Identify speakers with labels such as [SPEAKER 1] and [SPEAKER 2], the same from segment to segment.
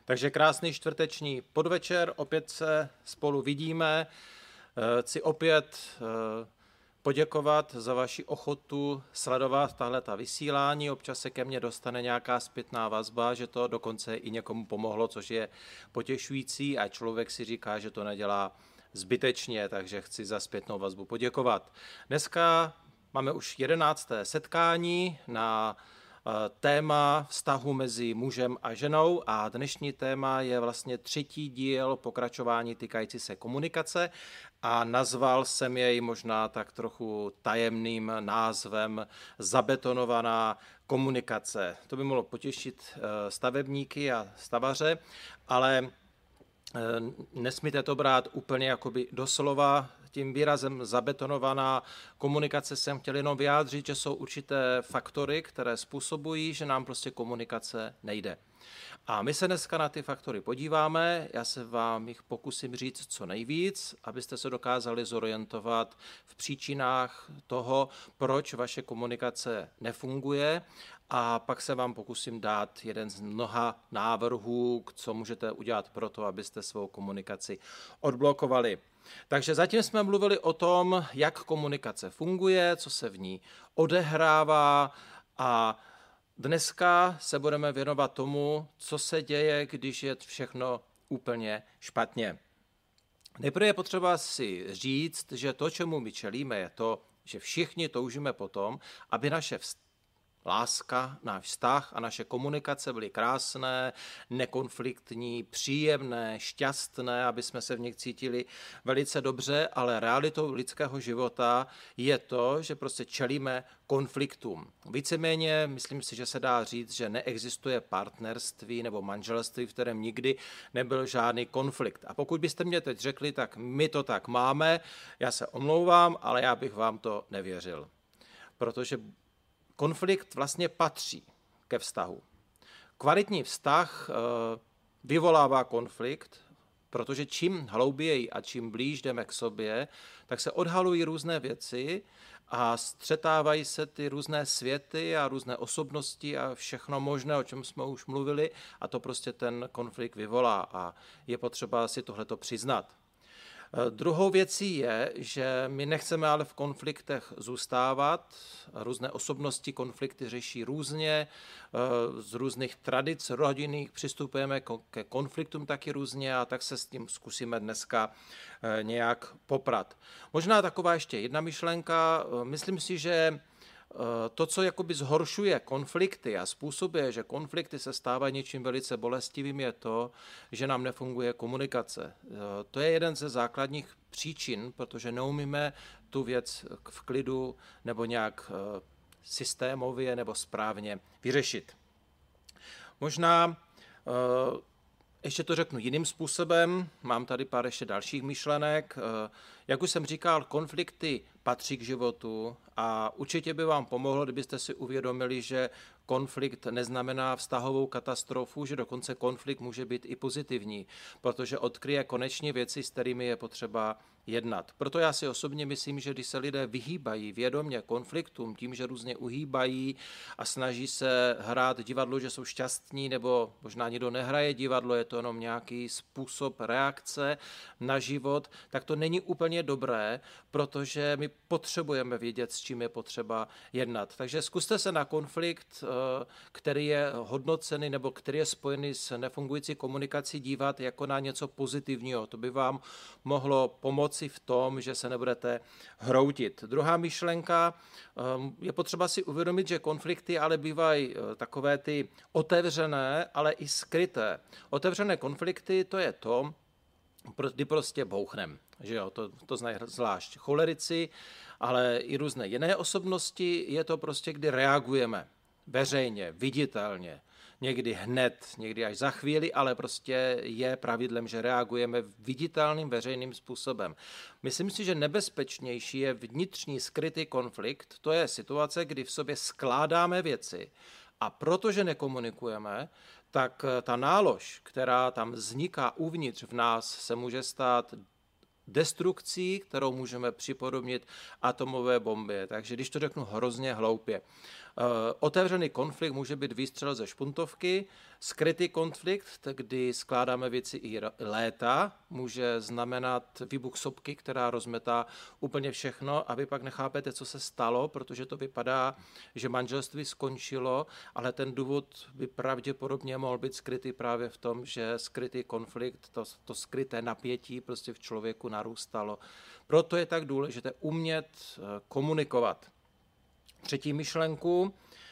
[SPEAKER 1] Takže krásný čtvrteční podvečer, opět se spolu vidíme. Chci opět poděkovat za vaši ochotu sledovat tahleta vysílání. Občas se ke mně dostane nějaká zpětná vazba, že to dokonce i někomu pomohlo, což je potěšující a člověk si říká, že to nedělá zbytečně, takže chci za zpětnou vazbu poděkovat. Dneska máme už 11. setkání na téma vztahu mezi mužem a ženou a dnešní téma je vlastně třetí díl pokračování týkající se komunikace a nazval jsem jej možná tak trochu tajemným názvem zabetonovaná komunikace. To by mohlo potěšit stavebníky a stavaře, ale nesmíte to brát úplně jakoby doslova. Tím výrazem zabetonovaná komunikace jsem chtěl jenom vyjádřit, že jsou určité faktory, které způsobují, že nám prostě komunikace nejde. A my se dneska na ty faktory podíváme, já se vám jich pokusím říct co nejvíc, abyste se dokázali zorientovat v příčinách toho, proč vaše komunikace nefunguje, a pak se vám pokusím dát jeden z mnoha návrhů, co můžete udělat pro to, abyste svou komunikaci odblokovali. Takže zatím jsme mluvili o tom, jak komunikace funguje, co se v ní odehrává, a dneska se budeme věnovat tomu, co se děje, když je všechno úplně špatně. Nejprve je potřeba si říct, že to, čemu my čelíme, je to, že všichni toužíme potom, aby naše láska, náš vztah a naše komunikace byly krásné, nekonfliktní, příjemné, šťastné, aby jsme se v nich cítili velice dobře, ale realitou lidského života je to, že prostě čelíme konfliktům. Víceméně, myslím si, že se dá říct, že neexistuje partnerství nebo manželství, v kterém nikdy nebyl žádný konflikt. A pokud byste mě teď řekli, tak my to tak máme, já se omlouvám, ale já bych vám to nevěřil. Protože konflikt vlastně patří ke vztahu. Kvalitní vztah vyvolává konflikt, protože čím hlouběji a čím blíž jdeme k sobě, tak se odhalují různé věci a střetávají se ty různé světy a různé osobnosti a všechno možné, o čem jsme už mluvili, a to prostě ten konflikt vyvolá a je potřeba si tohleto přiznat. Druhou věcí je, že my nechceme ale v konfliktech zůstávat. Různé osobnosti konflikty řeší různě, z různých tradic rodinných přistupujeme ke konfliktům taky různě, a tak se s tím zkusíme dneska nějak poprat. Možná taková ještě jedna myšlenka. Myslím si, že to, co jakoby zhoršuje konflikty a způsobuje, že konflikty se stávají něčím velice bolestivým, je to, že nám nefunguje komunikace. To je jeden ze základních příčin, protože neumíme tu věc v klidu nebo nějak systémově nebo správně vyřešit. Možná ještě to řeknu jiným způsobem, mám tady pár ještě dalších myšlenek. Jak už jsem říkal, konflikty patří k životu a určitě by vám pomohlo, kdybyste si uvědomili, že konflikt neznamená vztahovou katastrofu, že dokonce konflikt může být i pozitivní, protože odkryje konečně věci, s kterými je potřeba jednat. Proto já si osobně myslím, že když se lidé vyhýbají vědomě konfliktům tím, že různě uhýbají a snaží se hrát divadlo, že jsou šťastní, nebo možná nikdo nehraje divadlo, je to jenom nějaký způsob reakce na život, tak to není úplně dobré, protože my potřebujeme vědět, s čím je potřeba jednat. Takže zkuste se na konflikt, který je hodnocený nebo který je spojený s nefungující komunikací, dívat jako na něco pozitivního. To by vám mohlo pomoci v tom, že se nebudete hroutit. Druhá myšlenka, je potřeba si uvědomit, že konflikty ale bývají takové ty otevřené, ale i skryté. Otevřené konflikty, to je to, kdy prostě bouchnem. Že jo, to znají zvlášť cholerici, ale i různé jiné osobnosti, je to prostě, kdy reagujeme veřejně, viditelně, někdy hned, někdy až za chvíli, ale prostě je pravidlem, že reagujeme viditelným veřejným způsobem. Myslím si, že nebezpečnější je vnitřní skrytý konflikt, to je situace, kdy v sobě skládáme věci a protože nekomunikujeme, tak ta nálož, která tam vzniká uvnitř v nás, se může stát destrukcí, kterou můžeme připodobnit atomové bombě. Takže když to řeknu hrozně hloupě. Otevřený konflikt může být výstřel ze špuntovky, skrytý konflikt, kdy skládáme věci i léta, může znamenat výbuch sopky, která rozmetá úplně všechno a vy pak nechápete, co se stalo, protože to vypadá, že manželství skončilo, ale ten důvod by pravděpodobně mohl být skrytý právě v tom, že skrytý konflikt, to skryté napětí prostě v člověku narůstalo. Proto je tak důležité umět komunikovat. Třetí myšlenku,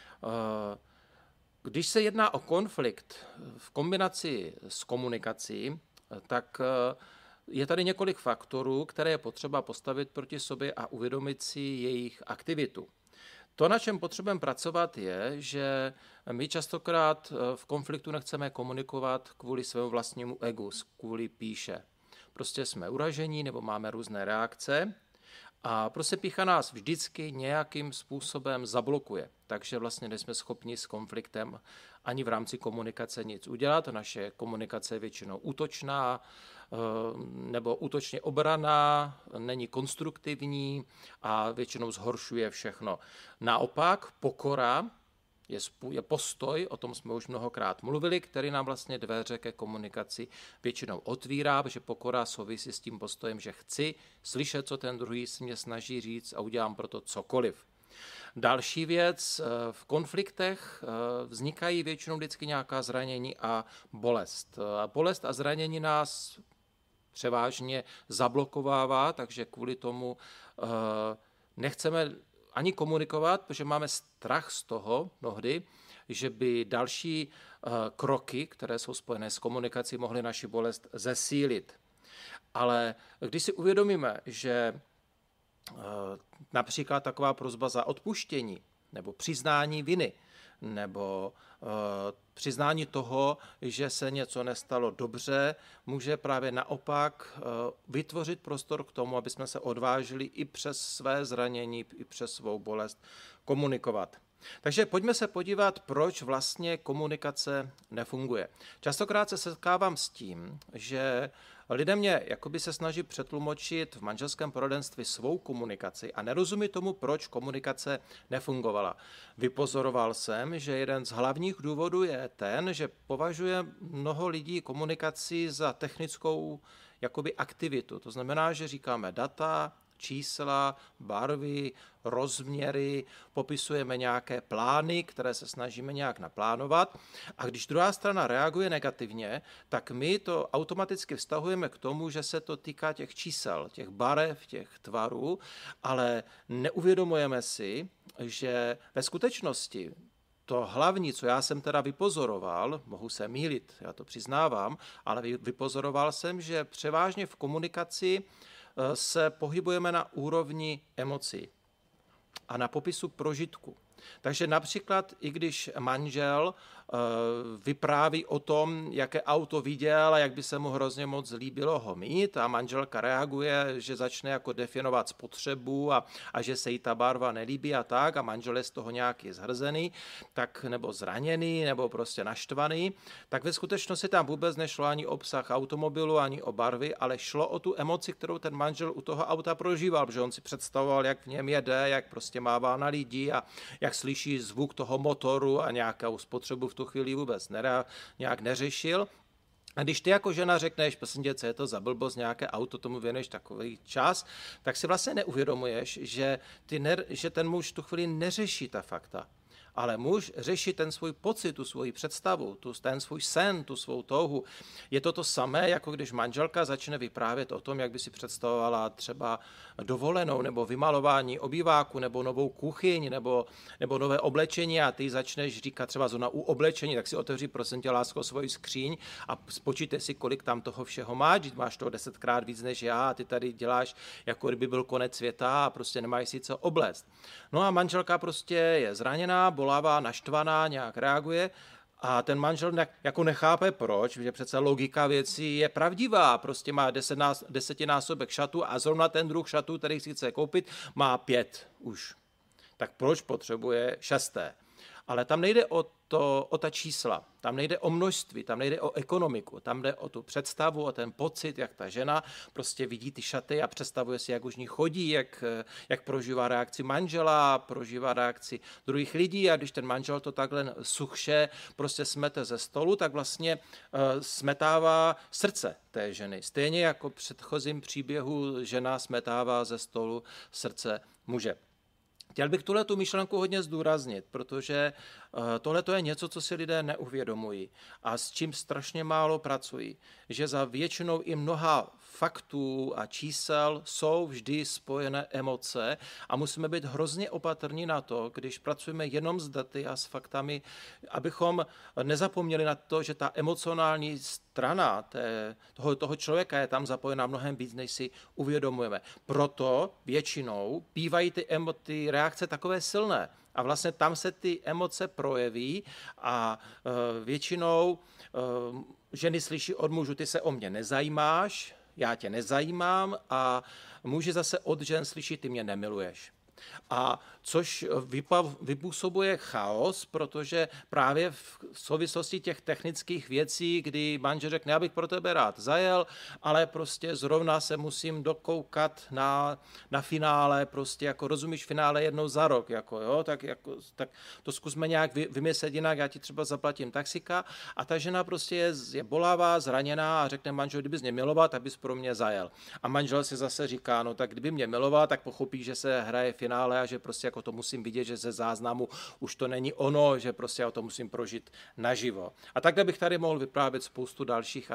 [SPEAKER 1] když se jedná o konflikt v kombinaci s komunikací, tak je tady několik faktorů, které je potřeba postavit proti sobě a uvědomit si jejich aktivitu. To, na čem potřebujeme pracovat, je, že my častokrát v konfliktu nechceme komunikovat kvůli svému vlastnímu egu, kvůli píše. Prostě jsme uražení nebo máme různé reakce. A prostě pýcha nás vždycky nějakým způsobem zablokuje. Takže vlastně nejsme schopni s konfliktem ani v rámci komunikace nic udělat. Naše komunikace je většinou útočná nebo útočně obranná, není konstruktivní a většinou zhoršuje všechno. Naopak pokora je postoj, o tom jsme už mnohokrát mluvili, který nám vlastně dveře ke komunikaci většinou otvírá, protože pokora souvisí s tím postojem, že chci slyšet, co ten druhý se mě snaží říct a udělám pro to cokoliv. Další věc, v konfliktech vznikají většinou vždycky nějaká zranění a bolest. Bolest a zranění nás převážně zablokovává, takže kvůli tomu nechceme ani komunikovat, protože máme strach z toho mnohdy, že by další kroky, které jsou spojené s komunikací, mohly naši bolest zesílit. Ale když si uvědomíme, že například taková prosba za odpuštění nebo přiznání viny nebo přiznání toho, že se něco nestalo dobře, může právě naopak vytvořit prostor k tomu, aby jsme se odvážili i přes své zranění, i přes svou bolest komunikovat. Takže pojďme se podívat, proč vlastně komunikace nefunguje. Častokrát se setkávám s tím, že lidé mě jakoby se snaží přetlumočit v manželském poradenství svou komunikaci a nerozumí tomu, proč komunikace nefungovala. Vypozoroval jsem, že jeden z hlavních důvodů je ten, že považuje mnoho lidí komunikaci za technickou jakoby aktivitu. To znamená, že říkáme data, čísla, barvy, rozměry, popisujeme nějaké plány, které se snažíme nějak naplánovat a když druhá strana reaguje negativně, tak my to automaticky vztahujeme k tomu, že se to týká těch čísel, těch barev, těch tvarů, ale neuvědomujeme si, že ve skutečnosti to hlavní, co já jsem teda vypozoroval, mohu se mýlit, já to přiznávám, ale vypozoroval jsem, že převážně v komunikaci se pohybujeme na úrovni emocí a na popisu prožitku. Takže například, i když manžel vypráví o tom, jaké auto viděl a jak by se mu hrozně moc líbilo ho mít a manželka reaguje, že začne jako definovat spotřebu a že se jí ta barva nelíbí a tak a manžel je z toho nějaký zhrzený, tak, nebo zraněný, nebo prostě naštvaný, tak ve skutečnosti tam vůbec nešlo ani o obsah automobilu, ani o barvy, ale šlo o tu emoci, kterou ten manžel u toho auta prožíval, protože on si představoval, jak v něm jede, jak prostě mává na lidi a jak slyší zvuk toho motoru a nějakou spotřebu v tu chvíli vůbec nějak neřešil. A když ty jako žena řekneš, prosím tě, co je to za blbost, nějaké auto, tomu věnuješ takový čas, tak si vlastně neuvědomuješ, že ten muž tu chvíli neřeší ta fakta. Ale muž řeší ten svůj pocit, tu svoji představu, ten svůj sen, tu svou touhu. Je to samé, jako když manželka začne vyprávět o tom, jak by si představovala třeba dovolenou, nebo vymalování obýváku, nebo novou kuchyň, nebo nové oblečení a ty začneš říkat třeba zóna u oblečení, tak si otevří, prosím tě, lásko, svoji skříň a spočítej si, kolik tam toho všeho máš, máš toho 10krát víc než já a ty tady děláš, jako kdyby byl konec světa a prostě nemáš si co oblést. No a manželka prostě je zraněná, bolává, naštvaná, nějak reaguje a ten manžel jako nechápe proč, že přece logika věcí je pravdivá, prostě má 10násobek šatů a zrovna ten druh šatů, který si chce koupit, má 5 už. Tak proč potřebuje 6? Ale tam nejde o ta čísla, tam nejde o množství, tam nejde o ekonomiku, tam jde o tu představu, o ten pocit, jak ta žena prostě vidí ty šaty a představuje si, jak už ní chodí, jak prožívá reakci manžela, prožívá reakci druhých lidí a když ten manžel to takhle suche prostě smete ze stolu, tak vlastně smetává srdce té ženy. Stejně jako v předchozím příběhu žena smetává ze stolu srdce muže. Chtěl bych tu myšlenku hodně zdůraznit, protože tohle je něco, co si lidé neuvědomují a s čím strašně málo pracují. Že za většinou i mnoha faktů a čísel jsou vždy spojené emoce a musíme být hrozně opatrní na to, když pracujeme jenom s daty a s faktami, abychom nezapomněli na to, že ta emocionální strana toho člověka je tam zapojená mnohem víc, než si uvědomujeme. Proto většinou bývají ty reakce takové silné. A vlastně tam se ty emoce projeví a většinou ženy slyší od mužů, ty se o mě nezajímáš, já tě nezajímám a muži zase od žen slyší, ty mě nemiluješ. A což vypůsobuje chaos, protože právě v souvislosti těch technických věcí, kdy manžel řekne, já bych pro tebe rád zajel, ale prostě zrovna se musím dokoukat na finále, prostě jako rozumíš finále jednou za rok, jako jo, tak to zkusme nějak vymyslet jinak, já ti třeba zaplatím taxika a ta žena prostě je bolavá, zraněná a řekne manžel, kdybys mě miloval, tak bys pro mě zajel. A manžel si zase říká, no tak kdyby mě miloval, tak pochopí, že se hraje finále a že prostě jako to musím vidět, že ze záznamu už to není ono, že prostě já to musím prožít naživo. A takhle bych tady mohl vyprávět spoustu dalších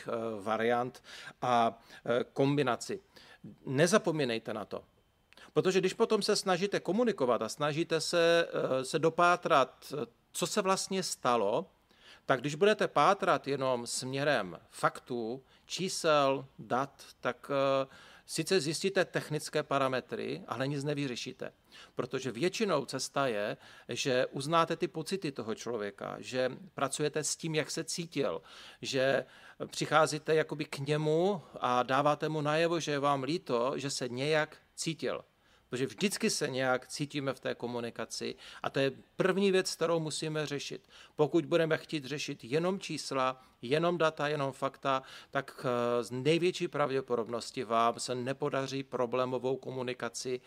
[SPEAKER 1] variant a kombinací. Nezapomínejte na to. Protože když potom se snažíte komunikovat a snažíte se dopátrat, co se vlastně stalo, tak když budete pátrat jenom směrem faktů, čísel, dat, tak sice zjistíte technické parametry, ale nic nevyřešíte. Protože většinou cesta je, že uznáte ty pocity toho člověka, že pracujete s tím, jak se cítil, že přicházíte jakoby k němu a dáváte mu najevo, že je vám líto, že se nějak cítil. Protože vždycky se nějak cítíme v té komunikaci a to je první věc, kterou musíme řešit. Pokud budeme chtít řešit jenom čísla, jenom data, jenom fakta, tak z největší pravděpodobnosti vám se nepodaří problémovou komunikaci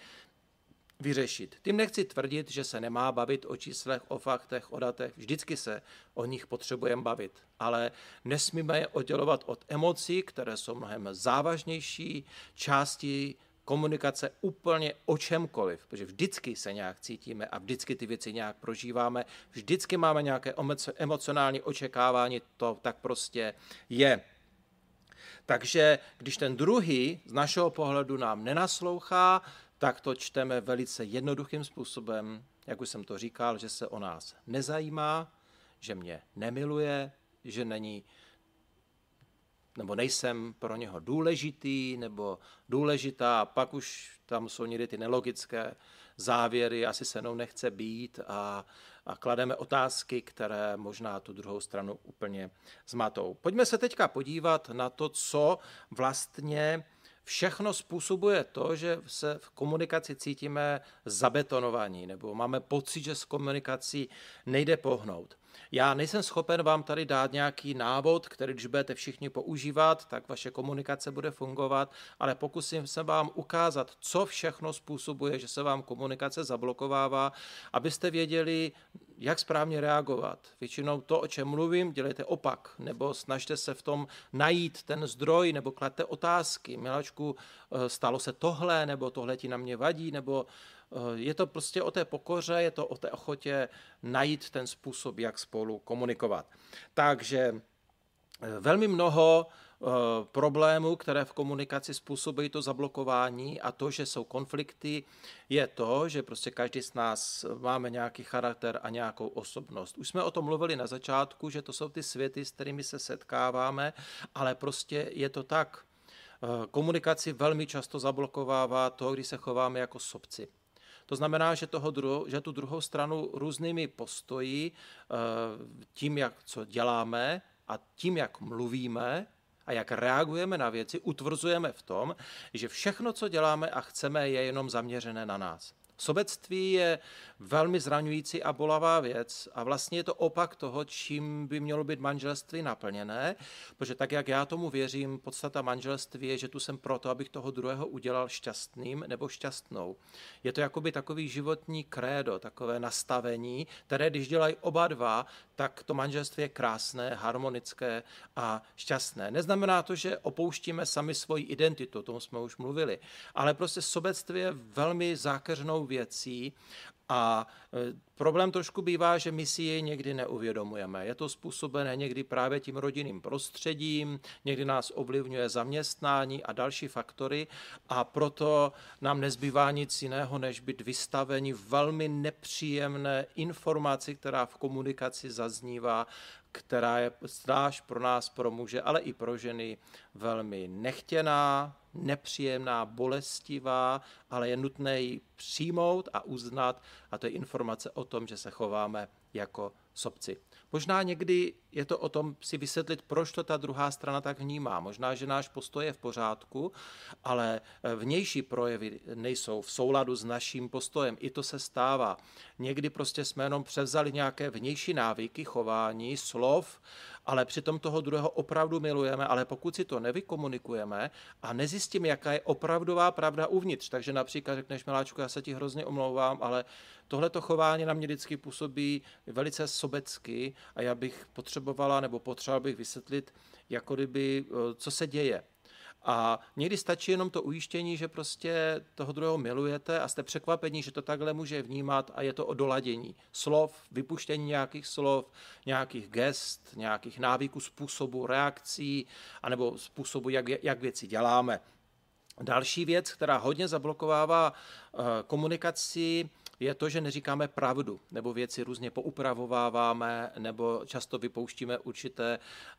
[SPEAKER 1] vyřešit. Tím nechci tvrdit, že se nemá bavit o číslech, o faktech, o datech. Vždycky se o nich potřebujeme bavit, ale nesmíme je oddělovat od emocí, které jsou mnohem závažnější části komunikace úplně o čemkoliv, protože vždycky se nějak cítíme a vždycky ty věci nějak prožíváme, vždycky máme nějaké emocionální očekávání, to tak prostě je. Takže když ten druhý z našeho pohledu nám nenaslouchá, tak to čteme velice jednoduchým způsobem, jak už jsem to říkal, že se o nás nezajímá, že mě nemiluje, že není nebo nejsem pro něho důležitý nebo důležitá a pak už tam jsou někdy ty nelogické závěry, asi se mnou nechce být a klademe otázky, které možná tu druhou stranu úplně zmatou. Pojďme se teďka podívat na to, co vlastně všechno způsobuje to, že se v komunikaci cítíme zabetonovaní nebo máme pocit, že s komunikací nejde pohnout. Já nejsem schopen vám tady dát nějaký návod, který když budete všichni používat, tak vaše komunikace bude fungovat, ale pokusím se vám ukázat, co všechno způsobuje, že se vám komunikace zablokovává, abyste věděli, jak správně reagovat. Většinou to, o čem mluvím, dělejte opak, nebo snažte se v tom najít ten zdroj, nebo klaďte otázky. Miláčku, stalo se tohle, nebo tohle ti na mě vadí, nebo je to prostě o té pokoře, je to o té ochotě najít ten způsob, jak spolu komunikovat. Takže velmi mnoho problémů, které v komunikaci způsobují to zablokování a to, že jsou konflikty, je to, že prostě každý z nás máme nějaký charakter a nějakou osobnost. Už jsme o tom mluvili na začátku, že to jsou ty světy, s kterými se setkáváme, ale prostě je to tak. Komunikaci velmi často zablokovává to, když se chováme jako sobci. To znamená, že tu druhou stranu různými postoji, tím, co děláme a tím, jak mluvíme a jak reagujeme na věci, utvrzujeme v tom, že všechno, co děláme a chceme, je jenom zaměřené na nás. Sobectví je velmi zraňující a bolavá věc a vlastně je to opak toho, čím by mělo být manželství naplněné, protože tak, jak já tomu věřím, podstata manželství je, že tu jsem proto, abych toho druhého udělal šťastným nebo šťastnou. Je to jakoby takový životní krédo, takové nastavení, které když dělají oba dva, tak to manželství je krásné, harmonické a šťastné. Neznamená to, že opouštíme sami svoji identitu, o tom jsme už mluvili, ale prostě sobectví je velmi zákeřnou věcí a problém trošku bývá, že my si jej někdy neuvědomujeme. Je to způsobené někdy právě tím rodinným prostředím, někdy nás ovlivňuje zaměstnání a další faktory a proto nám nezbývá nic jiného, než být vystaveni velmi nepříjemné informaci, která v komunikaci zaznívá, která je zvlášť pro nás, pro muže, ale i pro ženy velmi nechtěná, nepříjemná, bolestivá, ale je nutné ji přijmout a uznat a to je informace o tom, že se chováme jako sobci. Možná někdy je to o tom si vysvětlit, proč to ta druhá strana tak vnímá. Možná, že náš postoj je v pořádku, ale vnější projevy nejsou v souladu s naším postojem. I to se stává. Někdy prostě jsme jenom převzali nějaké vnější návyky, chování, slov, ale přitom toho druhého opravdu milujeme, ale pokud si to nevykomunikujeme a nezjistíme, jaká je opravdová pravda uvnitř, takže například řekneš, miláčku, já se ti hrozně omlouvám, ale tohleto chování na mě vždycky působí velice sobecky a já bych potřeboval bych vysvětlit, jako kdyby, co se děje. A někdy stačí jenom to ujištění, že prostě toho druhého milujete a jste překvapení, že to takhle může vnímat a je to o doladění slov, vypuštění nějakých slov, nějakých gest, nějakých návyků, způsobu reakcí anebo způsobu, jak věci děláme. Další věc, která hodně zablokovává komunikaci, je to, že neříkáme pravdu, nebo věci různě poupravováváme, nebo často vypouštíme určité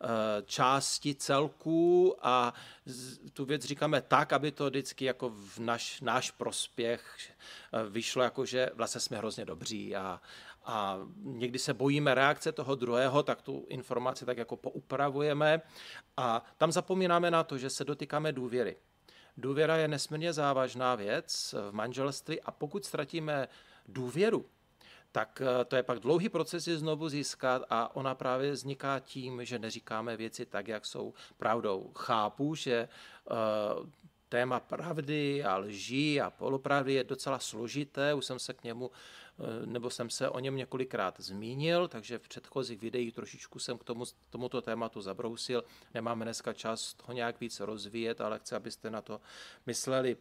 [SPEAKER 1] části celků a tu věc říkáme tak, aby to vždycky jako v náš prospěch vyšlo, jako že vlastně jsme hrozně dobří a někdy se bojíme reakce toho druhého, tak tu informaci tak jako poupravujeme a tam zapomínáme na to, že se dotýkáme důvěry. Důvěra je nesmírně závažná věc v manželství a pokud ztratíme důvěru, tak to je pak dlouhý proces ji znovu získat a ona právě vzniká tím, že neříkáme věci tak, jak jsou pravdou. Chápu, že téma pravdy a lží a polopravdy je docela složité, už jsem se k němu, nebo jsem se o něm několikrát zmínil, takže v předchozích videích trošičku jsem k tomuto tématu zabrousil. Nemáme dneska čas ho nějak víc rozvíjet, ale chci, abyste na to mysleli.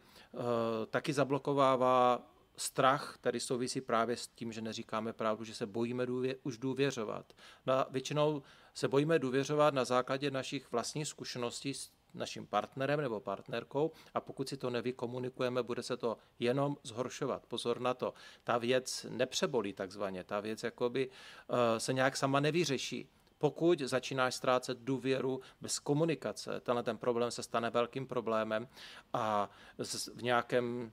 [SPEAKER 1] Taky zablokovává strach, který souvisí právě s tím, že neříkáme pravdu, že se bojíme už důvěřovat. Většinou se bojíme důvěřovat na základě našich vlastních zkušeností s naším partnerem nebo partnerkou a pokud si to nevykomunikujeme, bude se to jenom zhoršovat. Pozor na to. Ta věc nepřebolí takzvaně, ta věc jakoby se nějak sama nevyřeší. Pokud začínáš ztrácet důvěru bez komunikace, ten problém se stane velkým problémem a v nějakém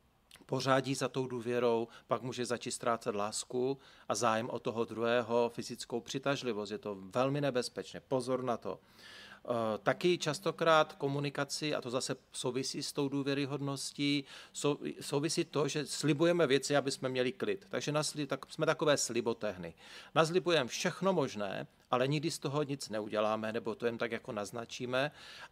[SPEAKER 1] pořádí za tou důvěrou, pak může začít ztrácet lásku a zájem o toho druhého, fyzickou přitažlivost. Je to velmi nebezpečné. Pozor na to. Taky častokrát komunikaci, a to zase souvisí s tou důvěryhodností, souvisí to, že slibujeme věci, aby jsme měli klid. Takže jsme takové slibotehny. Naslibujeme všechno možné, ale nikdy z toho nic neuděláme, nebo to jen tak jako naznačíme.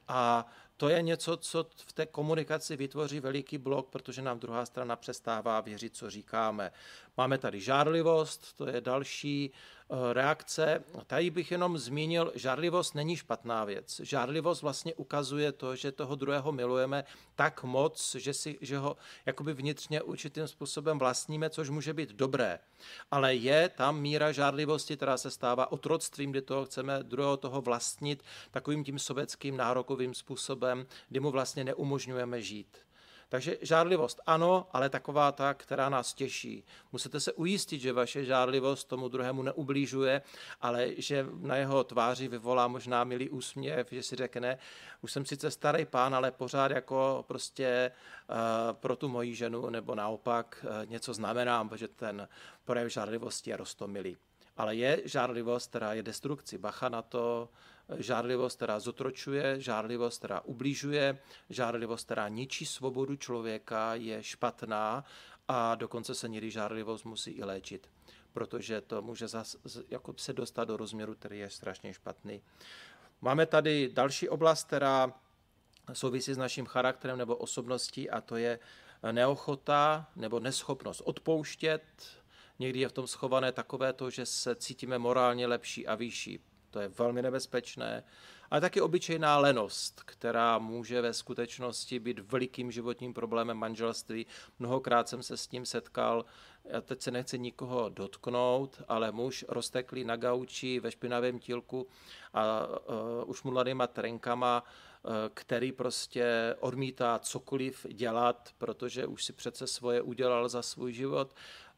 [SPEAKER 1] A to je něco, co v té komunikaci vytvoří veliký blok, protože nám druhá strana přestává věřit, co říkáme. Máme tady žárlivost, to je další reakce. Tady bych jenom zmínil, žárlivost není špatná věc. Žárlivost vlastně ukazuje to, že toho druhého milujeme tak moc, že ho jakoby vnitřně určitým způsobem vlastníme, což může být dobré. Ale je tam míra žárlivosti, která se stává otroctvím, kdy toho chceme druhého toho vlastnit takovým tím sovětským nárokovým způsobem, kdy mu vlastně neumožňujeme žít. Takže žárlivost ano, ale taková ta, která nás těší. Musíte se ujistit, že vaše žárlivost tomu druhému neublížuje, ale že na jeho tváři vyvolá možná milý úsměv, že si řekne, už jsem sice starý pán, ale pořád jako prostě pro tu moji ženu nebo naopak něco znamenám, protože ten projev žárlivosti je roztomilý. Ale je žárlivost, která je destrukcí. Bacha na to, žárlivost, která zotročuje, žárlivost, která ubližuje, žárlivost, která ničí svobodu člověka, je špatná a dokonce se někdy žárlivost musí i léčit, protože to může jako se dostat do rozměru, který je strašně špatný. Máme tady další oblast, která souvisí s naším charakterem nebo osobností, a to je neochota nebo neschopnost odpouštět. Někdy je v tom schované takové to, že se cítíme morálně lepší a vyšší. To je velmi nebezpečné. Ale taky obyčejná lenost, která může ve skutečnosti být velikým životním problémem manželství. Mnohokrát jsem se s tím setkal. Já teď se nechci nikoho dotknout, ale muž rozteklý na gauči ve špinavém tílku a už mladýma trenkama, který prostě odmítá cokoliv dělat, protože už si přece svoje udělal za svůj život,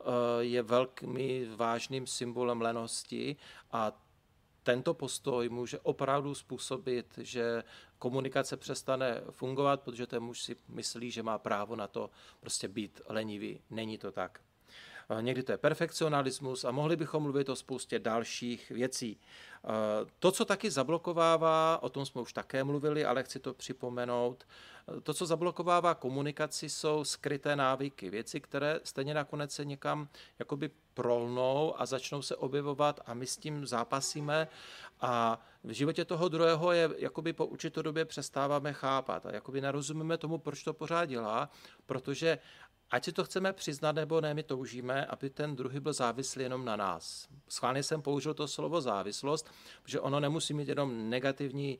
[SPEAKER 1] je velmi vážným symbolem lenosti a tento postoj může opravdu způsobit, že komunikace přestane fungovat, protože ten muž si myslí, že má právo na to prostě být lenivý. Není to tak. Někdy to je perfekcionalismus a mohli bychom mluvit o spoustě dalších věcí. To, co taky zablokovává, o tom jsme už také mluvili, ale chci to připomenout, to, co zablokovává komunikaci, jsou skryté návyky, věci, které stejně nakonec se někam jakoby prolnou a začnou se objevovat a my s tím zápasíme a v životě toho druhého je jakoby po určitou době přestáváme chápat a jakoby nerozumíme tomu, proč to pořád dělá, protože ať si to chceme přiznat nebo ne, my toužíme, aby ten druhý byl závislý jenom na nás. Schválně jsem použil to slovo závislost, protože ono nemusí mít jenom negativní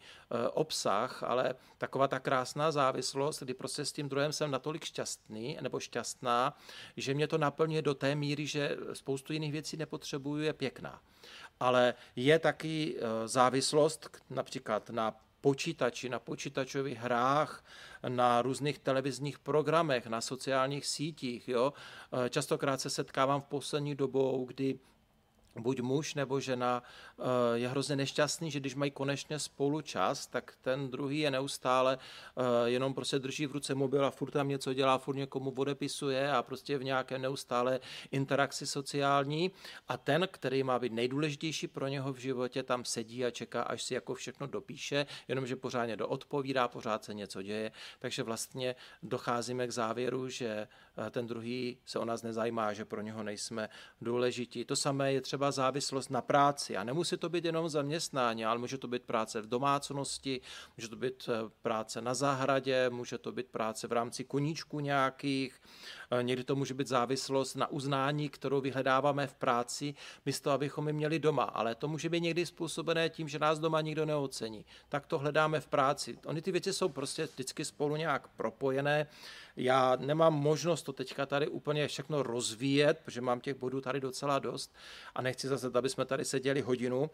[SPEAKER 1] obsah, ale taková ta krásná závislost, kdy prostě s tím druhým jsem natolik šťastný nebo šťastná, že mě to naplňuje do té míry, že spoustu jiných věcí nepotřebuju, je pěkná. Ale je taky závislost například na počítači, na počítačových hrách, na různých televizních programech, na sociálních sítích. Jo? Častokrát se setkávám v poslední dobou, kdy buď muž nebo žena je hrozně nešťastný, že když mají konečně spolu čas, tak ten druhý je neustále jenom prostě drží v ruce mobil a furt tam něco dělá, furt někomu odepisuje a prostě v nějaké neustále interakci sociální a ten, který má být nejdůležitější pro něho v životě, tam sedí a čeká, až si jako všechno dopíše, jenomže pořádně doodpovídá, pořád se něco děje, takže vlastně docházíme k závěru, že ten druhý se o nás nezajímá, že pro něho nejsme důležití. To samé je třeba závislost na práci. A nemusí to být jenom zaměstnání, ale může to být práce v domácnosti, může to být práce na zahradě, může to být práce v rámci koníčků nějakých, někdy to může být závislost na uznání, kterou vyhledáváme v práci, místo abychom ji měli doma. Ale to může být někdy způsobené tím, že nás doma nikdo neocení. Tak to hledáme v práci. Ony ty věci jsou prostě vždycky spolu nějak propojené. Já nemám možnost to teďka tady úplně všechno rozvíjet, protože mám těch bodů tady docela dost a nechci zase, aby jsme tady seděli hodinu.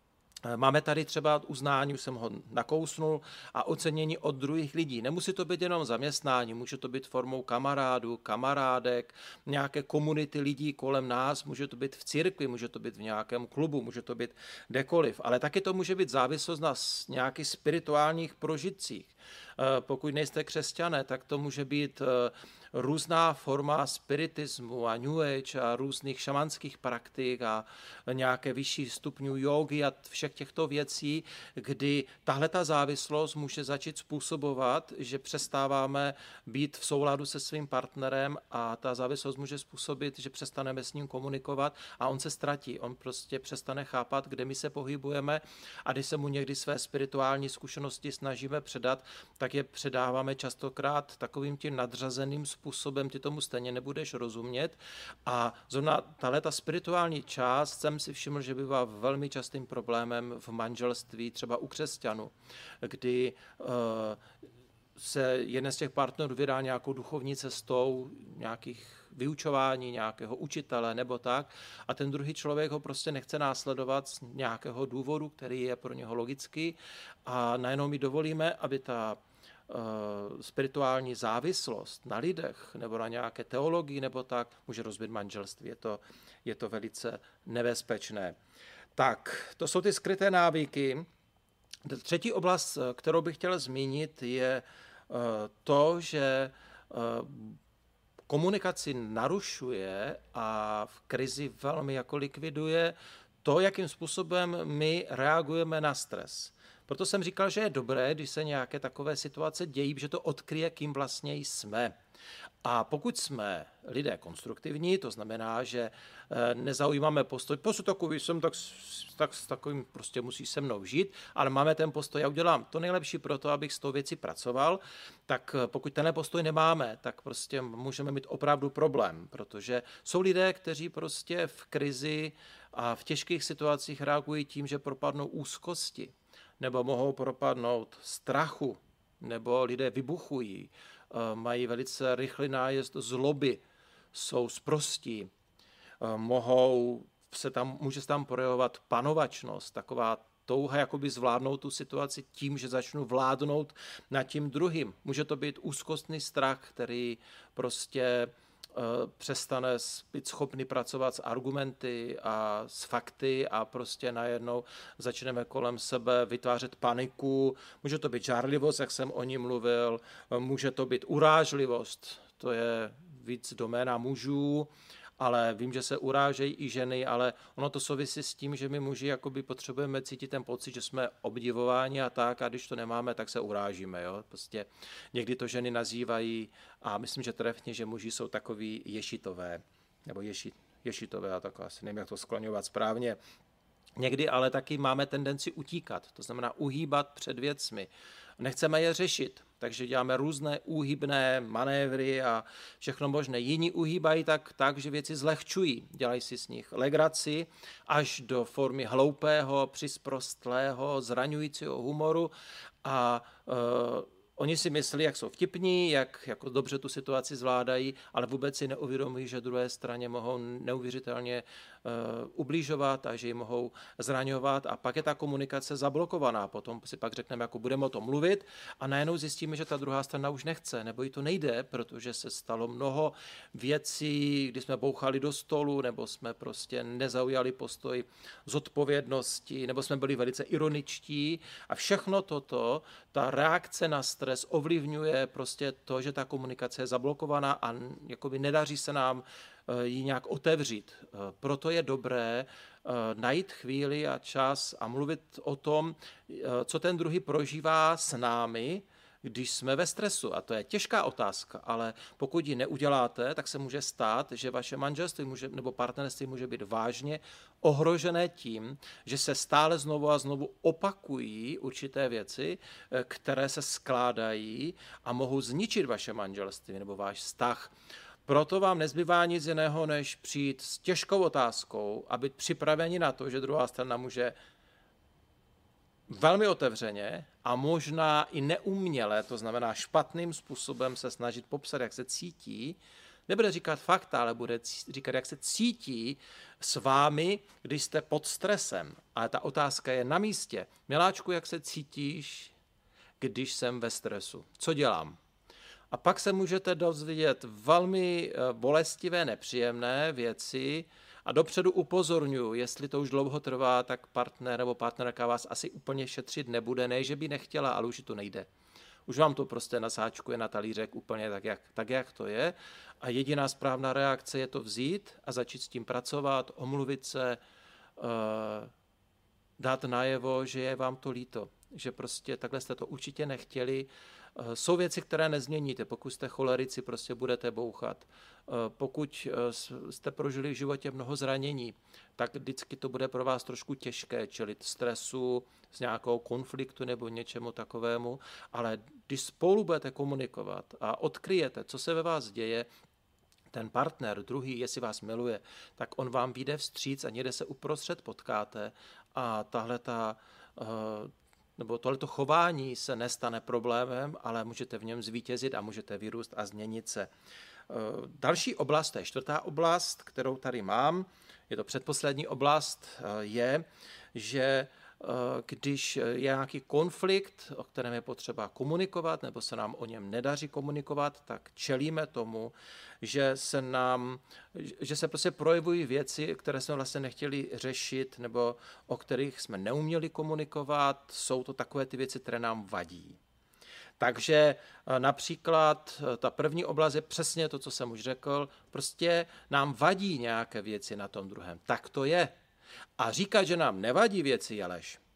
[SPEAKER 1] Máme tady třeba uznání, už jsem ho nakousnul, a ocenění od druhých lidí. Nemusí to být jenom zaměstnání, může to být formou kamarádů, kamarádek, nějaké komunity lidí kolem nás, může to být v církvi, může to být v nějakém klubu, může to být kdekoliv, ale taky to může být závislost na nějakých spirituálních prožitcích. Pokud nejste křesťané, tak to může být různá forma spiritismu a New Age a různých šamanských praktik a nějaké vyšší stupňů jógy a všech těchto věcí, kdy tahleta závislost může začít způsobovat, že přestáváme být v souladu se svým partnerem a ta závislost může způsobit, že přestaneme s ním komunikovat a on se ztratí. On prostě přestane chápat, kde my se pohybujeme a když se mu někdy své spirituální zkušenosti snažíme předat, tak je předáváme častokrát takovým tím nadřazeným způsobem, ty tomu stejně nebudeš rozumět. A zrovna tato spirituální část jsem si všiml, že bývá velmi častým problémem v manželství, třeba u křesťanů, kdy se jeden z těch partnerů vydá nějakou duchovní cestou, nějakých vyučování, nějakého učitele nebo tak, a ten druhý člověk ho prostě nechce následovat z nějakého důvodu, který je pro něho logický, a najednou my dovolíme, aby ta spirituální závislost na lidech nebo na nějaké teologii nebo tak může rozbít manželství. Je to velice nebezpečné. Tak, to jsou ty skryté návyky. Třetí oblast, kterou bych chtěl zmínit, je to, že komunikaci narušuje a v krizi velmi jako likviduje to, jakým způsobem my reagujeme na stres. Proto jsem říkal, že je dobré, když se nějaké takové situace dějí, že to odkryje, kým vlastně jsme. A pokud jsme lidé konstruktivní, to znamená, že nezaujímáme postoj, prostě takový jsem, tak s takovým prostě musí se mnou žít, ale máme ten postoj, já udělám to nejlepší pro to, abych s tou věcí pracoval, tak pokud tenhle postoj nemáme, tak prostě můžeme mít opravdu problém, protože jsou lidé, kteří prostě v krizi a v těžkých situacích reagují tím, že propadnou úzkosti, nebo mohou propadnout strachu, nebo lidé vybuchují, mají velice rychlý nájezd zloby, jsou sprostí, může se tam projevovat panovačnost, taková touha jakoby zvládnout tu situaci tím, že začnu vládnout nad tím druhým. Může to být úzkostný strach, který prostě přestane být schopný pracovat s argumenty a s fakty a prostě najednou začneme kolem sebe vytvářet paniku. Může to být žárlivost, jak jsem o ní mluvil, může to být urážlivost, to je víc doména mužů, ale vím, že se urážejí i ženy, ale ono to souvisí s tím, že my muži jakoby potřebujeme cítit ten pocit, že jsme obdivováni a tak, a když to nemáme, tak se urážíme. Jo? Prostě někdy to ženy nazývají, a myslím, že trefně, že muži jsou takový ješitové, nebo ješitové, a tak asi nevím, jak to skloňovat správně. Někdy ale taky máme tendenci utíkat, to znamená uhýbat před věcmi. Nechceme je řešit, takže děláme různé úhybné manévry a všechno možné. Jiní uhýbají tak, že věci zlehčují. Dělají si z nich legraci až do formy hloupého, přisprostlého, zraňujícího humoru a oni si myslí, jak jsou vtipní, jak jako dobře tu situaci zvládají, ale vůbec si neuvědomují, že druhé straně mohou neuvěřitelně ubližovat a že ji mohou zraňovat a pak je ta komunikace zablokovaná. Potom si pak řekneme, jako budeme o tom mluvit a najednou zjistíme, že ta druhá strana už nechce, nebo jí to nejde, protože se stalo mnoho věcí, kdy jsme bouchali do stolu, nebo jsme prostě nezaujali postoj zodpovědnosti, nebo jsme byli velice ironičtí a všechno toto, ta reakce na stres ovlivňuje prostě to, že ta komunikace je zablokovaná a jakoby nedaří se nám ji nějak otevřít. Proto je dobré najít chvíli a čas a mluvit o tom, co ten druhý prožívá s námi, když jsme ve stresu. A to je těžká otázka, ale pokud ji neuděláte, tak se může stát, že vaše manželství nebo partnerství může být vážně ohrožené tím, že se stále znovu a znovu opakují určité věci, které se skládají a mohou zničit vaše manželství nebo váš vztah. Proto vám nezbývá nic jiného, než přijít s těžkou otázkou a být připraveni na to, že druhá strana může velmi otevřeně a možná i neuměle, to znamená špatným způsobem se snažit popsat, jak se cítí. Nebude říkat fakta, ale bude říkat, jak se cítí s vámi, když jste pod stresem. Ale ta otázka je na místě. Miláčku, jak se cítíš, když jsem ve stresu? Co dělám? A pak se můžete dozvědět velmi bolestivé, nepříjemné věci a dopředu upozorňuji, jestli to už dlouho trvá, tak partner nebo partnerka vás asi úplně šetřit nebude, ne, že by nechtěla, ale už to nejde. Už vám to prostě nasáčkuje na talířek úplně tak, jak to je. A jediná správná reakce je to vzít a začít s tím pracovat, omluvit se, dát najevo, že je vám to líto, že prostě takhle jste to určitě nechtěli. Jsou věci, které nezměníte. Pokud jste cholerici, prostě budete bouchat. Pokud jste prožili v životě mnoho zranění, tak vždycky to bude pro vás trošku těžké čelit stresu, s nějakou konfliktu nebo něčemu takovému, ale když spolu budete komunikovat a odkryjete, co se ve vás děje, ten partner, druhý, jestli vás miluje, tak on vám vyjde vstříc a někde se uprostřed potkáte a tohleto chování se nestane problémem, ale můžete v něm zvítězit a můžete vyrůst a změnit se. Další oblast, to je čtvrtá oblast, kterou tady mám, je to předposlední oblast, je, že když je nějaký konflikt, o kterém je potřeba komunikovat, nebo se nám o něm nedaří komunikovat, tak čelíme tomu, že se prostě projevují věci, které jsme vlastně nechtěli řešit, nebo o kterých jsme neuměli komunikovat. Jsou to takové ty věci, které nám vadí. Takže například ta první oblast je přesně to, co jsem už řekl, prostě nám vadí nějaké věci na tom druhém. Tak to je. A říkat, že nám nevadí věci, je lež.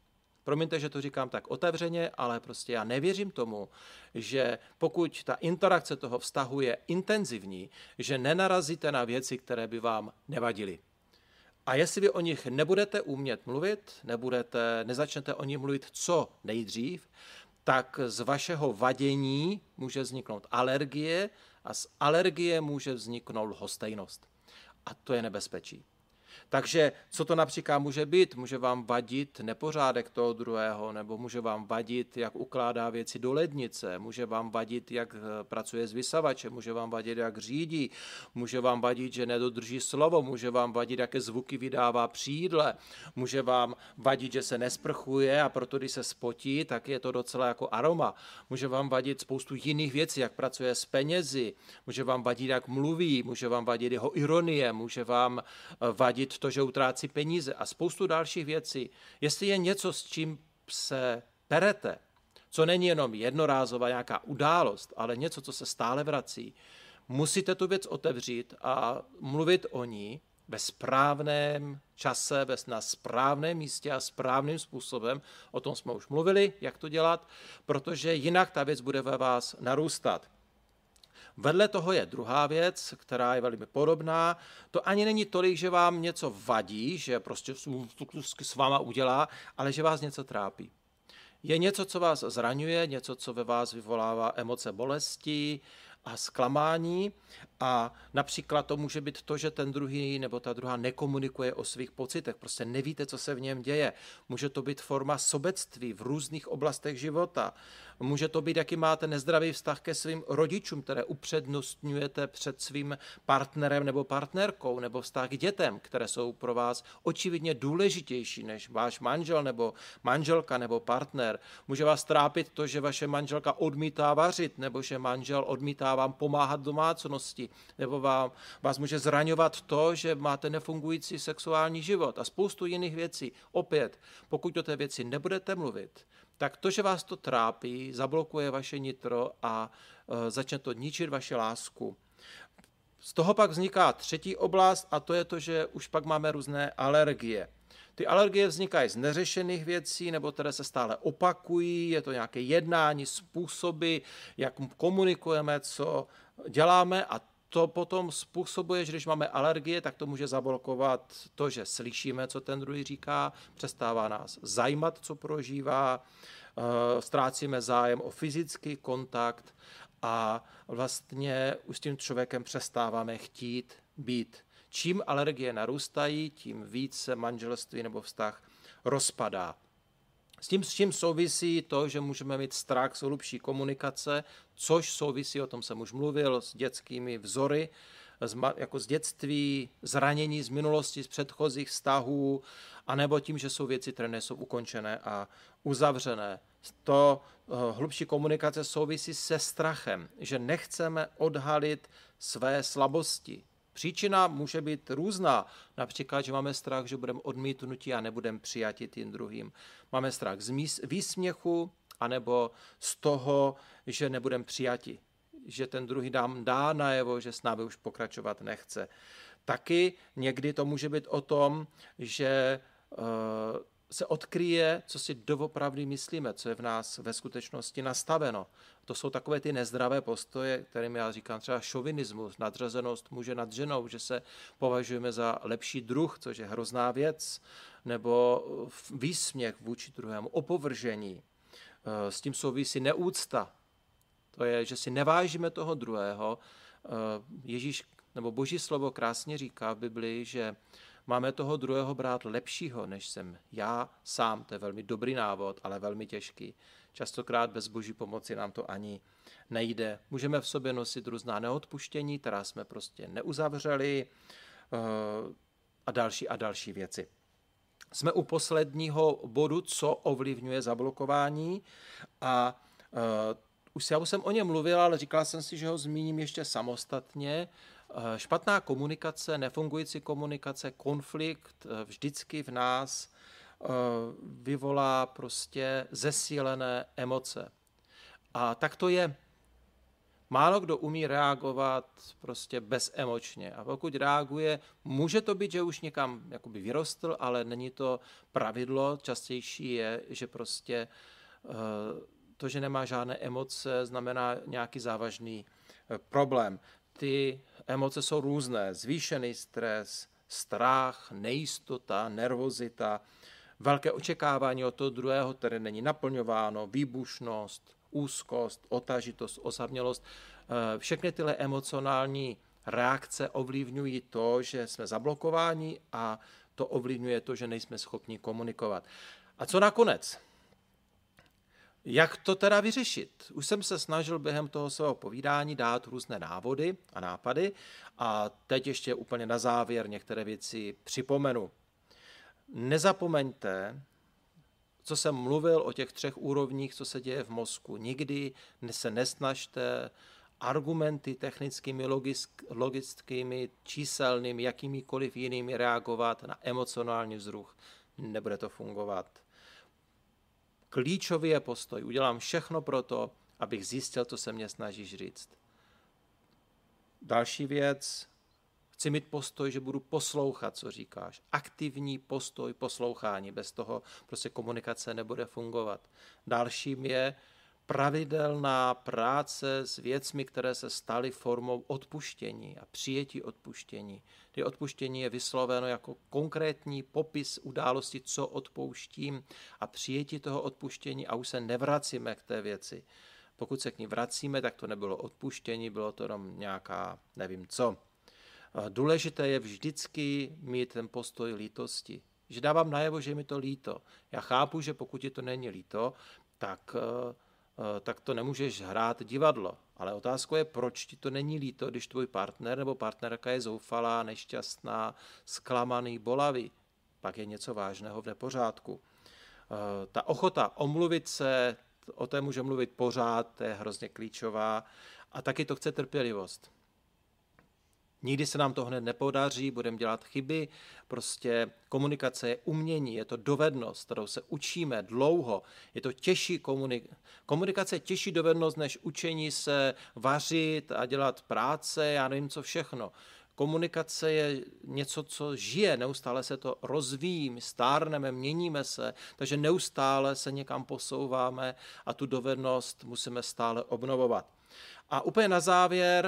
[SPEAKER 1] Promiňte, že to říkám tak otevřeně, ale prostě já nevěřím tomu, že pokud ta interakce toho vztahu je intenzivní, že nenarazíte na věci, které by vám nevadily. A jestli vy o nich nebudete umět mluvit, nezačnete o nich mluvit co nejdřív, tak z vašeho vadění může vzniknout alergie a z alergie může vzniknout lhostejnost. A to je nebezpečí. Takže co to například může být? Může vám vadit nepořádek toho druhého, nebo může vám vadit, jak ukládá věci do lednice, může vám vadit, jak pracuje s vysavačem, může vám vadit, jak řídí, může vám vadit, že nedodrží slovo, může vám vadit, jaké zvuky vydává při jídle, může vám vadit, že se nesprchuje a proto, když se spotí, tak je to docela jako aroma. Může vám vadit spoustu jiných věcí, jak pracuje s penězi, může vám vadit, jak mluví, může vám vadit jeho ironie, může vám vadit to, že utrácí peníze a spoustu dalších věcí. Jestli je něco, s čím se perete, co není jenom jednorázová nějaká událost, ale něco, co se stále vrací, musíte tu věc otevřít a mluvit o ní ve správném čase, na správném místě a správným způsobem. O tom jsme už mluvili, jak to dělat, protože jinak ta věc bude ve vás narůstat. Vedle toho je druhá věc, která je velmi podobná. To ani není tolik, že vám něco vadí, že prostě s váma udělá, ale že vás něco trápí. Je něco, co vás zraňuje, něco, co ve vás vyvolává emoce bolesti a zklamání a například to může být to, že ten druhý nebo ta druhá nekomunikuje o svých pocitech, prostě nevíte, co se v něm děje. Může to být forma sobectví v různých oblastech života. Může to být, jaký máte nezdravý vztah ke svým rodičům, které upřednostňujete před svým partnerem nebo partnerkou, nebo vztah k dětem, které jsou pro vás očividně důležitější než váš manžel nebo manželka nebo partner. Může vás trápit to, že vaše manželka odmítá vařit, nebo že manžel odmítá vám pomáhat domácnosti, nebo vás může zraňovat to, že máte nefungující sexuální život a spoustu jiných věcí. Opět, pokud o té věci nebudete mluvit, tak to, že vás to trápí, zablokuje vaše nitro a začne to ničit vaši lásku. Z toho pak vzniká třetí oblast a to je to, že už pak máme různé alergie. Ty alergie vznikají z neřešených věcí, nebo které se stále opakují, je to nějaké jednání, způsoby, jak komunikujeme, co děláme a to potom způsobuje, že když máme alergie, tak to může zablokovat to, že slyšíme, co ten druhý říká, přestává nás zajímat, co prožívá, ztrácíme zájem o fyzický kontakt a vlastně už s tím člověkem přestáváme chtít být. Čím alergie narůstají, tím víc se manželství nebo vztah rozpadá. S tím souvisí to, že můžeme mít strach z hlubší komunikace, což souvisí, o tom jsem už mluvil, s dětskými vzory, jako z dětství, zranění z minulosti, z předchozích vztahů, anebo tím, že jsou věci, které nejsou ukončené a uzavřené. To hlubší komunikace souvisí se strachem, že nechceme odhalit své slabosti. Příčina může být různá, například, že máme strach, že budeme odmítnutí a nebudeme přijati tím druhým. Máme strach z výsměchu, anebo z toho, že nebudeme přijati, že ten druhý nám dá najevo, že s námi už pokračovat nechce. Taky někdy to může být o tom, že se odkryje, co si doopravdy myslíme, co je v nás ve skutečnosti nastaveno. To jsou takové ty nezdravé postoje, kterým já říkám třeba šovinismus, nadřazenost muže nad ženou, že se považujeme za lepší druh, což je hrozná věc, nebo výsměch vůči druhému, opovržení. S tím souvisí neúcta. To je, že si nevážíme toho druhého. Ježíš nebo Boží slovo krásně říká v Biblii, že máme toho druhého brát lepšího, než jsem já sám. To je velmi dobrý návod, ale velmi těžký. Častokrát bez Boží pomoci nám to ani nejde. Můžeme v sobě nosit různá neodpuštění, která jsme prostě neuzavřeli a další věci. Jsme u posledního bodu, co ovlivňuje zablokování a já už jsem o něm mluvil, ale říkal jsem si, že ho zmíním ještě samostatně. Špatná komunikace, nefungující komunikace, konflikt vždycky v nás vyvolá prostě zesílené emoce. A tak to je. Málo kdo umí reagovat prostě bezemočně. A pokud reaguje, může to být, že už někam jakoby vyrostl, ale není to pravidlo. Častější je, že prostě to, že nemá žádné emoce, znamená nějaký závažný problém. Ty emoce jsou různé. Zvýšený stres, strach, nejistota, nervozita, velké očekávání od toho druhého, které není naplňováno, výbušnost, úzkost, otažitost, osamělost. Všechny tyhle emocionální reakce ovlivňují to, že jsme zablokováni a to ovlivňuje to, že nejsme schopni komunikovat. A co nakonec? Jak to teda vyřešit? Už jsem se snažil během toho svého povídání dát různé návody a nápady a teď ještě úplně na závěr některé věci připomenu. Nezapomeňte, co jsem mluvil o těch 3 úrovních, co se děje v mozku. Nikdy se nesnažte argumenty technickými, logickými, číselnými, jakýmikoliv jinými reagovat na emocionální vzruch. Nebude to fungovat. Klíčový je postoj. Udělám všechno pro to, abych zjistil, co se mě snažíš říct. Další věc, chci mít postoj, že budu poslouchat, co říkáš. Aktivní postoj poslouchání. Bez toho prostě komunikace nebude fungovat. Dalším je pravidelná práce s věcmi, které se staly formou odpuštění a přijetí odpuštění. Kdy odpuštění je vysloveno jako konkrétní popis události, co odpouštím a přijetí toho odpuštění a už se nevracíme k té věci. Pokud se k ní vracíme, tak to nebylo odpuštění, bylo to jenom nějaká nevím co. Důležité je vždycky mít ten postoj lítosti. Že dávám najevo, že je mi to líto. Já chápu, že pokud ti to není líto, tak to nemůžeš hrát divadlo. Ale otázka je, proč ti to není líto, když tvůj partner nebo partnerka je zoufalá, nešťastná, zklamaný, bolavý. Pak je něco vážného v nepořádku. Ta ochota omluvit se, o té může mluvit pořád, to je hrozně klíčová. A taky to chce trpělivost. Nikdy se nám to hned nepodaří, budeme dělat chyby, prostě komunikace je umění, je to dovednost, kterou se učíme dlouho, je to těžší komunikace je těžší dovednost, než učení se vařit a dělat práce, já nevím co všechno. Komunikace je něco, co žije, neustále se to rozvíjí, my stárneme, měníme se, takže neustále se někam posouváme a tu dovednost musíme stále obnovovat. A úplně na závěr,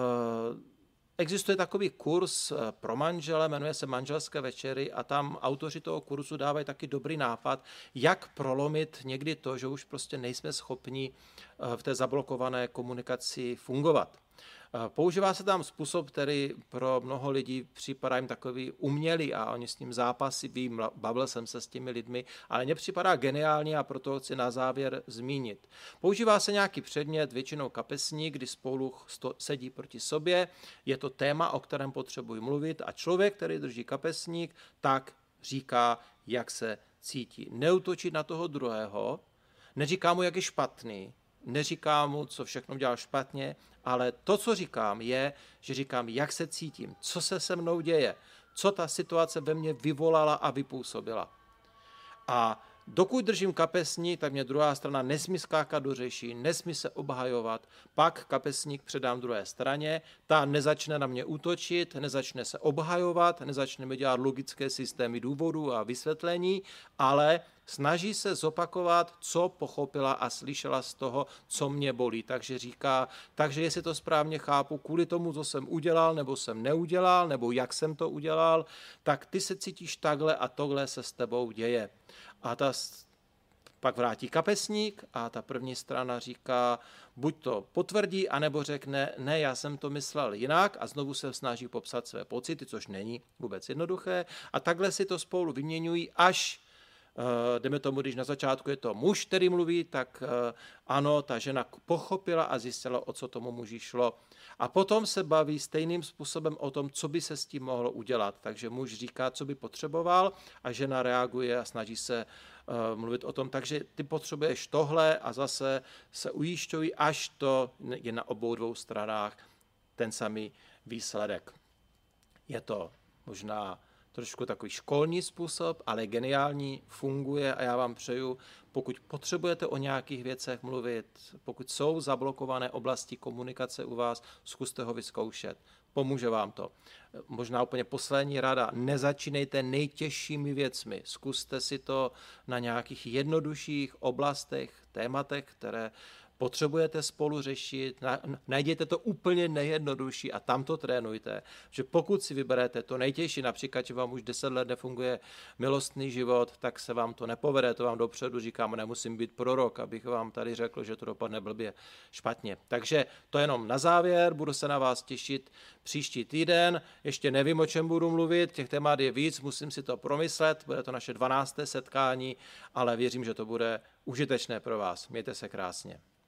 [SPEAKER 1] existuje takový kurz pro manžele, jmenuje se Manželské večery a tam autoři toho kurzu dávají taky dobrý nápad, jak prolomit někdy to, že už prostě nejsme schopni v té zablokované komunikaci fungovat. Používá se tam způsob, který pro mnoho lidí připadá jim takový umělý a oni s ním zápasí, vím, bavil jsem se s těmi lidmi, ale mně připadá geniální a proto chci na závěr zmínit. Používá se nějaký předmět, většinou kapesník, kdy spolu sedí proti sobě, je to téma, o kterém potřebuji mluvit a člověk, který drží kapesník, tak říká, jak se cítí. Neútočit na toho druhého, neříká mu, jak je špatný, neříkám mu, co všechno dělal špatně, ale to, co říkám, je, že říkám, jak se cítím, co se mnou děje, co ta situace ve mně vyvolala a vypůsobila. A dokud držím kapesník, tak mě druhá strana nesmí skákat do řeší, nesmí se obhajovat, pak kapesník předám druhé straně, ta nezačne na mě útočit, nezačne se obhajovat, nezačne mi dělat logické systémy důvodů a vysvětlení, ale snaží se zopakovat, co pochopila a slyšela z toho, co mě bolí. Takže říká, takže jestli to správně chápu, kvůli tomu, co jsem udělal, nebo jsem neudělal, nebo jak jsem to udělal, tak ty se cítíš takhle a tohle se s tebou děje. A pak vrátí kapesník a ta první strana říká, buď to potvrdí, anebo řekne, ne, já jsem to myslel jinak a znovu se snaží popsat své pocity, což není vůbec jednoduché. A takhle si to spolu vyměňují, až jdeme tomu, když na začátku je to muž, který mluví, tak ano, ta žena pochopila a zjistila, o co tomu muži šlo. A potom se baví stejným způsobem o tom, co by se s tím mohlo udělat. Takže muž říká, co by potřeboval a žena reaguje a snaží se mluvit o tom, takže ty potřebuješ tohle a zase se ujišťují, až to je na obou dvou stranách ten samý výsledek. Je to možná trošku takový školní způsob, ale geniální, funguje a já vám přeju, pokud potřebujete o nějakých věcech mluvit, pokud jsou zablokované oblasti komunikace u vás, zkuste ho vyzkoušet. Pomůže vám to. Možná úplně poslední rada, nezačínejte nejtěžšími věcmi. Zkuste si to na nějakých jednodušších oblastech, tématech, které potřebujete spolu řešit, najděte to úplně nejjednodušší a tam to trénujte. Že pokud si vyberete to nejtěžší, například, že vám už 10 let nefunguje milostný život, tak se vám to nepovede, to vám dopředu říkám, nemusím být prorok, abych vám tady řekl, že to dopadne blbě špatně. Takže to jenom na závěr, budu se na vás těšit příští týden, ještě nevím, o čem budu mluvit, těch témat je víc, musím si to promyslet, bude to naše 12. setkání, ale věřím, že to bude užitečné pro vás. Mějte se krásně.